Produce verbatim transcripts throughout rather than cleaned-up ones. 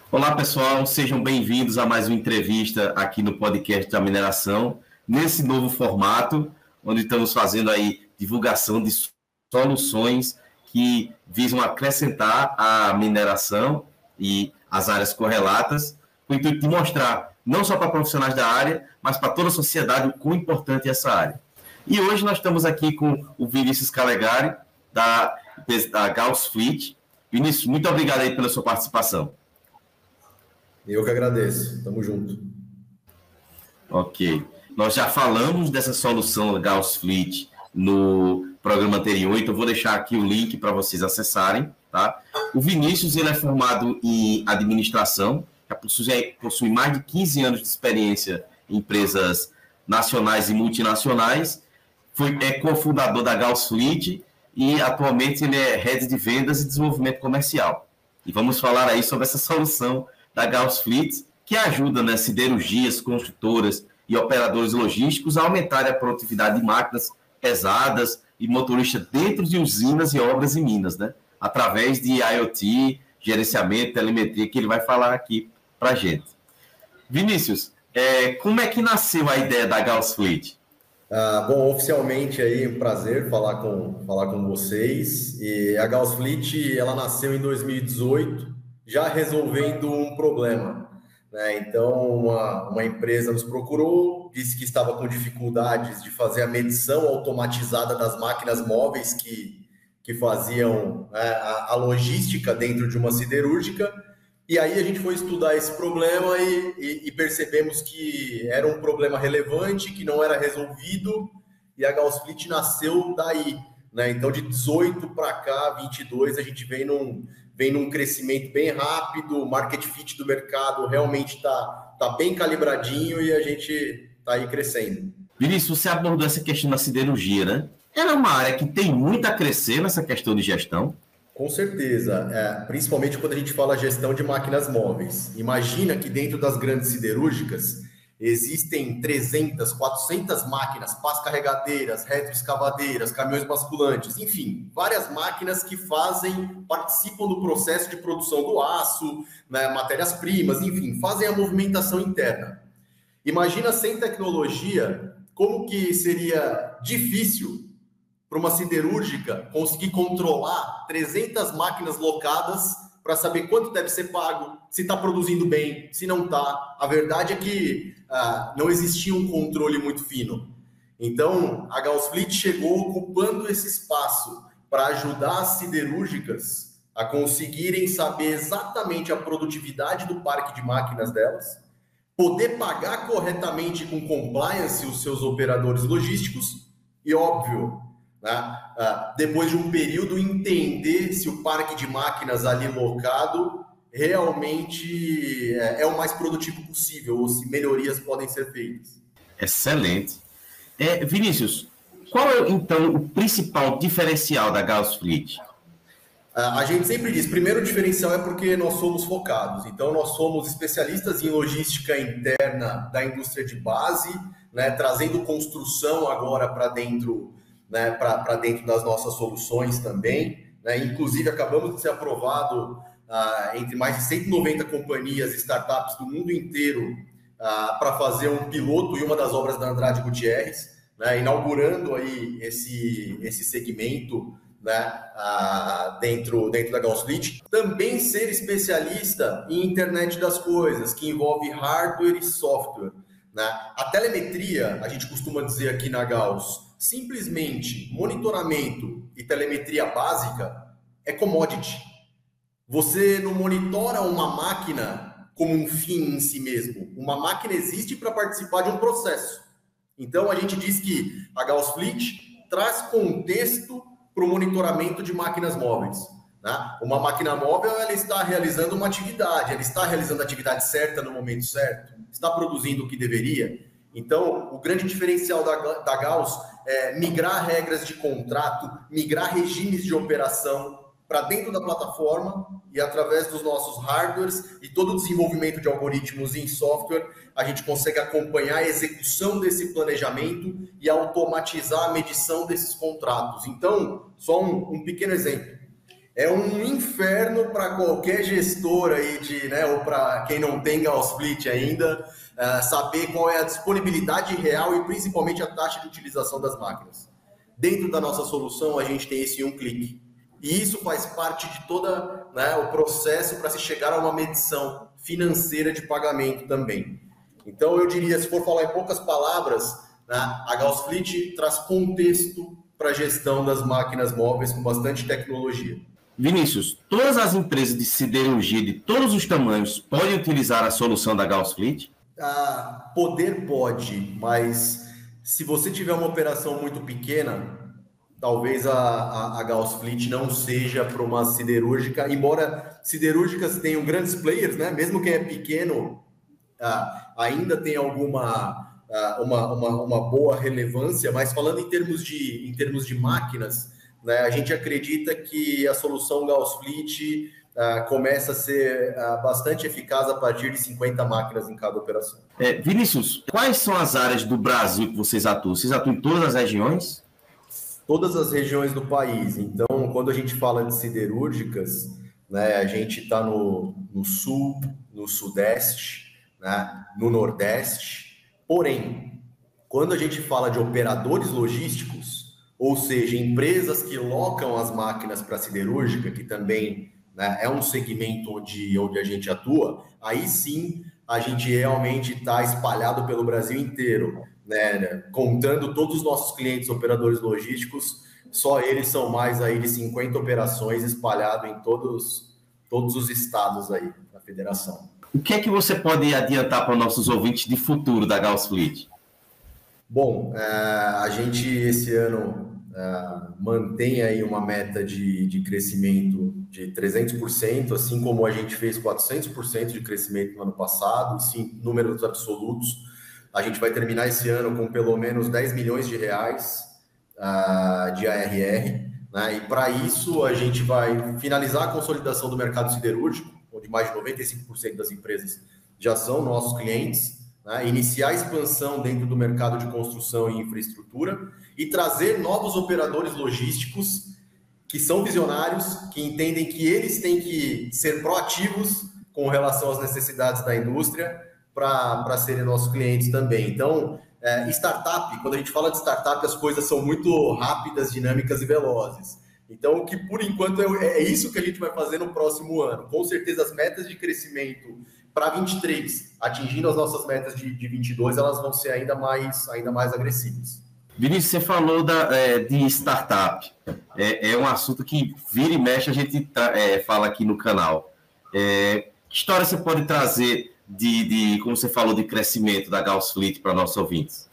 Olá, pessoal, sejam bem-vindos a mais uma entrevista aqui no podcast da mineração, nesse novo formato, onde estamos fazendo aí divulgação de soluções que visam acrescentar a mineração e as áreas correlatas, com o intuito de mostrar, não só para profissionais da área, mas para toda a sociedade, o quão importante é essa área. E hoje nós estamos aqui com o Vinícius Calegari, da, da Gauss Fleet. Vinícius, muito obrigado aí pela sua participação. Eu que agradeço. Tamo junto. Ok. Nós já falamos dessa solução Gauss Fleet no programa anterior, então vou deixar aqui o link para vocês acessarem, tá? O Vinícius, ele é formado em administração, já possui, possui mais de quinze anos de experiência em empresas nacionais e multinacionais, foi, é cofundador da Gauss Fleet e atualmente ele é head de vendas e desenvolvimento comercial. E vamos falar aí sobre essa solução da Gauss Fleet, que ajuda, né, siderurgias, construtoras e operadores logísticos a aumentarem a produtividade de máquinas pesadas e motoristas dentro de usinas e obras em Minas, né, através de IoT, gerenciamento, telemetria, que ele vai falar aqui para a gente. Vinícius, é, como é que nasceu a ideia da Gauss Fleet? Ah, bom, oficialmente aí, um prazer falar com, falar com vocês. E a Gauss Fleet, ela nasceu em dois mil e dezoito, já resolvendo um problema, né? Então, uma, uma empresa nos procurou, disse que estava com dificuldades de fazer a medição automatizada das máquinas móveis que, que faziam, né, a, a logística dentro de uma siderúrgica. E aí a gente foi estudar esse problema e, e, e percebemos que era um problema relevante, que não era resolvido, e a Gauss Fleet nasceu daí, né? Então, de dezoito para cá, vinte e dois, a gente vem num, vem num crescimento bem rápido, o market fit do mercado realmente está tá bem calibradinho e a gente está aí crescendo. Vinícius, você abordou essa questão da siderurgia, né? Ela é uma área que tem muito a crescer nessa questão de gestão. Com certeza, é, principalmente quando a gente fala gestão de máquinas móveis. Imagina que dentro das grandes siderúrgicas existem trezentas, quatrocentas máquinas, pás carregadeiras, retroescavadeiras, caminhões basculantes, enfim, várias máquinas que fazem, participam do processo de produção do aço, né, matérias-primas, enfim, fazem a movimentação interna. Imagina sem tecnologia, como que seria difícil para uma siderúrgica conseguir controlar trezentas máquinas locadas para saber quanto deve ser pago, se está produzindo bem, se não está. A verdade é que ah, não existia um controle muito fino. Então, a Gauss Fleet chegou ocupando esse espaço para ajudar as siderúrgicas a conseguirem saber exatamente a produtividade do parque de máquinas delas, poder pagar corretamente com compliance os seus operadores logísticos e, óbvio, né, depois de um período, entender se o parque de máquinas ali locado realmente é o mais produtivo possível ou se melhorias podem ser feitas. Excelente. É, Vinícius, qual é, então, o principal diferencial da Gauss Fleet? A gente sempre diz, primeiro o diferencial é porque nós somos focados. Então, nós somos especialistas em logística interna da indústria de base, né, trazendo construção agora para dentro, né, para dentro das nossas soluções também, né? Inclusive, acabamos de ser aprovado ah, entre mais de cento e noventa companhias e startups do mundo inteiro ah, para fazer um piloto em uma das obras da Andrade Gutierrez, né, inaugurando aí esse, esse segmento, né, ah, dentro, dentro da Gauss Fleet. Também ser especialista em internet das coisas, que envolve hardware e software, né? A telemetria, a gente costuma dizer aqui na Gauss, simplesmente monitoramento e telemetria básica é commodity. Você não monitora uma máquina como um fim em si mesmo. Uma máquina existe para participar de um processo. Então, a gente diz que a Gauss Fleet traz contexto para o monitoramento de máquinas móveis, né? Uma máquina móvel, ela está realizando uma atividade, ela está realizando a atividade certa no momento certo, está produzindo o que deveria. Então, o grande diferencial da, da Gauss é migrar regras de contrato, migrar regimes de operação para dentro da plataforma e através dos nossos hardwares e todo o desenvolvimento de algoritmos em software, a gente consegue acompanhar a execução desse planejamento e automatizar a medição desses contratos. Então, só um, um pequeno exemplo. É um inferno para qualquer gestor aí de, né, ou para quem não tem Gauss Fleet ainda, uh, saber qual é a disponibilidade real e principalmente a taxa de utilização das máquinas. Dentro da nossa solução, a gente tem esse um clique. E isso faz parte de todo, né, o processo para se chegar a uma medição financeira de pagamento também. Então, eu diria, se for falar em poucas palavras, né, a Gauss Fleet traz contexto para a gestão das máquinas móveis com bastante tecnologia. Vinícius, todas as empresas de siderurgia de todos os tamanhos podem utilizar a solução da Gauss Fleet? Ah, poder pode, mas se você tiver uma operação muito pequena, talvez a, a, a Gauss Fleet não seja para uma siderúrgica, embora siderúrgicas tenham grandes players, né? Mesmo quem é pequeno, ah, ainda tem alguma ah, uma, uma, uma boa relevância, mas falando em termos de, em termos de máquinas, né, a gente acredita que a solução Gauss Fleet ah, começa a ser ah, bastante eficaz a partir de cinquenta máquinas em cada operação. É, Vinícius, quais são as áreas do Brasil que vocês atuam? Vocês atuam em todas as regiões? Todas as regiões do país. Então, quando a gente fala de siderúrgicas, né, a gente está no, no sul, no sudeste, né, no nordeste. Porém, quando a gente fala de operadores logísticos, ou seja, empresas que locam as máquinas para a siderúrgica, que também, né, é um segmento onde, onde a gente atua, aí sim a gente realmente está espalhado pelo Brasil inteiro, né, contando todos os nossos clientes operadores logísticos, só eles são mais aí de cinquenta operações espalhados em todos, todos os estados aí da federação. O que é que você pode adiantar para os nossos ouvintes de futuro da Gauss Fleet? Bom, é, a gente esse ano é, mantém aí uma meta de, de crescimento de trezentos por cento, assim como a gente fez quatrocentos por cento de crescimento no ano passado, sim, números absolutos. A gente vai terminar esse ano com pelo menos dez milhões de reais uh, de A R R, né? E para isso a gente vai finalizar a consolidação do mercado siderúrgico, onde mais de noventa e cinco por cento das empresas já são nossos clientes, né? Iniciar a expansão dentro do mercado de construção e infraestrutura e trazer novos operadores logísticos que são visionários, que entendem que eles têm que ser proativos com relação às necessidades da indústria para serem nossos clientes também. Então, é, startup, quando a gente fala de startup, as coisas são muito rápidas, dinâmicas e velozes. Então, o que por enquanto é, é isso que a gente vai fazer no próximo ano. Com certeza, as metas de crescimento para vinte e três, atingindo as nossas metas de, de vinte e dois, elas vão ser ainda mais, ainda mais agressivas. Vinícius, você falou da, é, de startup. É, é um assunto que vira e mexe, a gente é, fala aqui no canal. É, que história você pode trazer de, de, como você falou, de crescimento da Gauss Fleet para nossos ouvintes?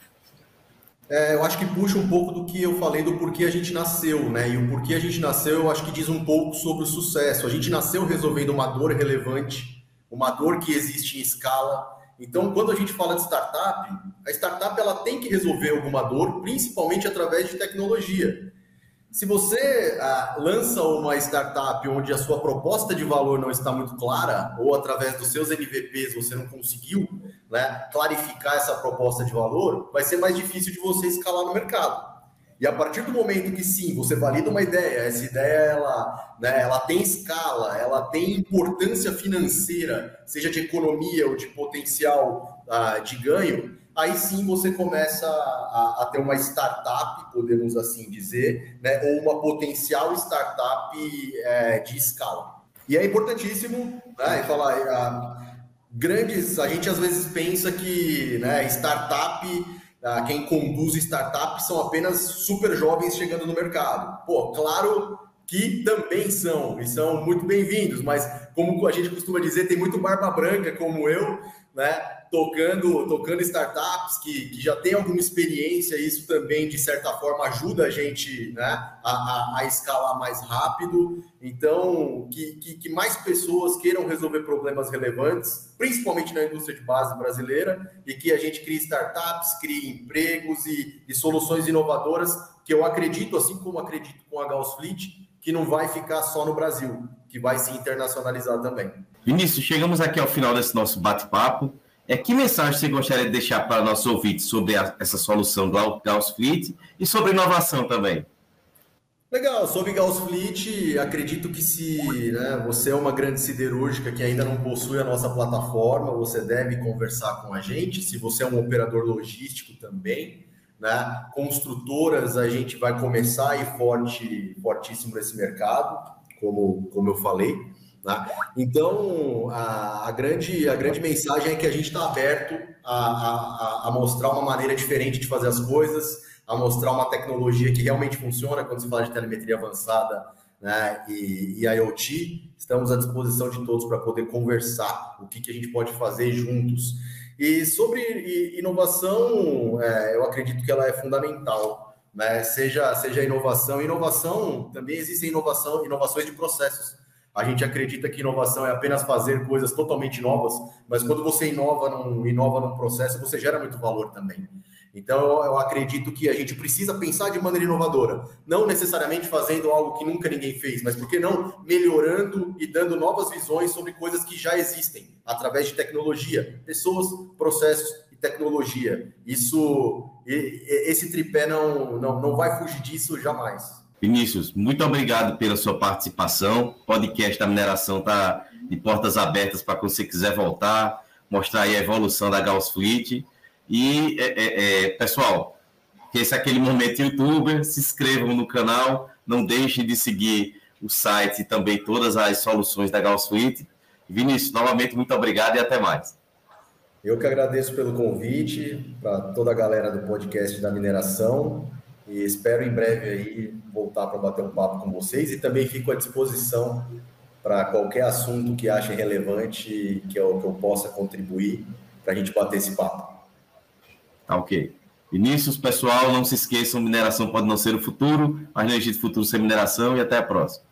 É, eu acho que puxa um pouco do que eu falei do porquê a gente nasceu, né? E o porquê a gente nasceu, eu acho que diz um pouco sobre o sucesso. A gente nasceu resolvendo uma dor relevante, uma dor que existe em escala. Então, quando a gente fala de startup, a startup ela tem que resolver alguma dor, principalmente através de tecnologia. Se você ah, lança uma startup onde a sua proposta de valor não está muito clara, ou através dos seus M V Ps você não conseguiu, né, clarificar essa proposta de valor, vai ser mais difícil de você escalar no mercado. E a partir do momento que sim, você valida uma ideia, essa ideia ela, né, ela tem escala, ela tem importância financeira, seja de economia ou de potencial uh, de ganho, aí sim você começa a, a ter uma startup, podemos assim dizer, né, ou uma potencial startup é, de escala. E é importantíssimo, né, falar, uh, grandes, a gente às vezes pensa que, né, startup... quem conduz startups são apenas super jovens chegando no mercado. Pô, claro que também são, e são muito bem-vindos, mas como a gente costuma dizer, tem muito barba branca como eu, né, tocando, tocando startups que, que já tem alguma experiência, e isso também, de certa forma, ajuda a gente, né, a, a, a escalar mais rápido. Então, que, que, que mais pessoas queiram resolver problemas relevantes, principalmente na indústria de base brasileira, e que a gente crie startups, crie empregos e, e soluções inovadoras, que eu acredito, assim como acredito com a Gauss Fleet, que não vai ficar só no Brasil, que vai se internacionalizar também. Vinícius, chegamos aqui ao final desse nosso bate-papo. É, que mensagem você gostaria de deixar para nossos ouvintes sobre a, essa solução do Gauss Fleet e sobre inovação também? Legal, sobre Gauss Fleet, acredito que se né, você é uma grande siderúrgica que ainda não possui a nossa plataforma, você deve conversar com a gente. Se você é um operador logístico também, né, construtoras, a gente vai começar a ir forte, fortíssimo nesse mercado, como, como eu falei. Né? Então, a, a, grande, a grande mensagem é que a gente está aberto a, a, a mostrar uma maneira diferente de fazer as coisas, a mostrar uma tecnologia que realmente funciona quando se fala de telemetria avançada, né, e, e IoT. Estamos à disposição de todos para poder conversar o que, que a gente pode fazer juntos. E sobre inovação, é, eu acredito que ela é fundamental, né? Seja, seja inovação, inovação também existe inovação, inovações de processos. A gente acredita que inovação é apenas fazer coisas totalmente novas, mas quando você inova num, inova num processo, você gera muito valor também. Então, eu acredito que a gente precisa pensar de maneira inovadora, não necessariamente fazendo algo que nunca ninguém fez, mas por que não melhorando e dando novas visões sobre coisas que já existem, através de tecnologia, pessoas, processos e tecnologia. Isso, esse tripé não, não, não vai fugir disso jamais. Vinícius, muito obrigado pela sua participação. O podcast da mineração está de portas abertas para quando você quiser voltar, mostrar aí a evolução da Gauss Fleet. E, é, é, é, pessoal, esse é aquele momento youtuber, se inscrevam no canal, não deixem de seguir o site e também todas as soluções da Gauss Fleet. Vinícius, novamente, muito obrigado e até mais. Eu que agradeço pelo convite, para toda a galera do podcast da mineração, e espero em breve aí voltar para bater um papo com vocês, e também fico à disposição para qualquer assunto que achem relevante, que eu, que eu possa contribuir para a gente bater esse papo. Tá ok. Vinícius, pessoal, não se esqueçam, mineração pode não ser o futuro, mas não existe futuro sem mineração, e até a próxima.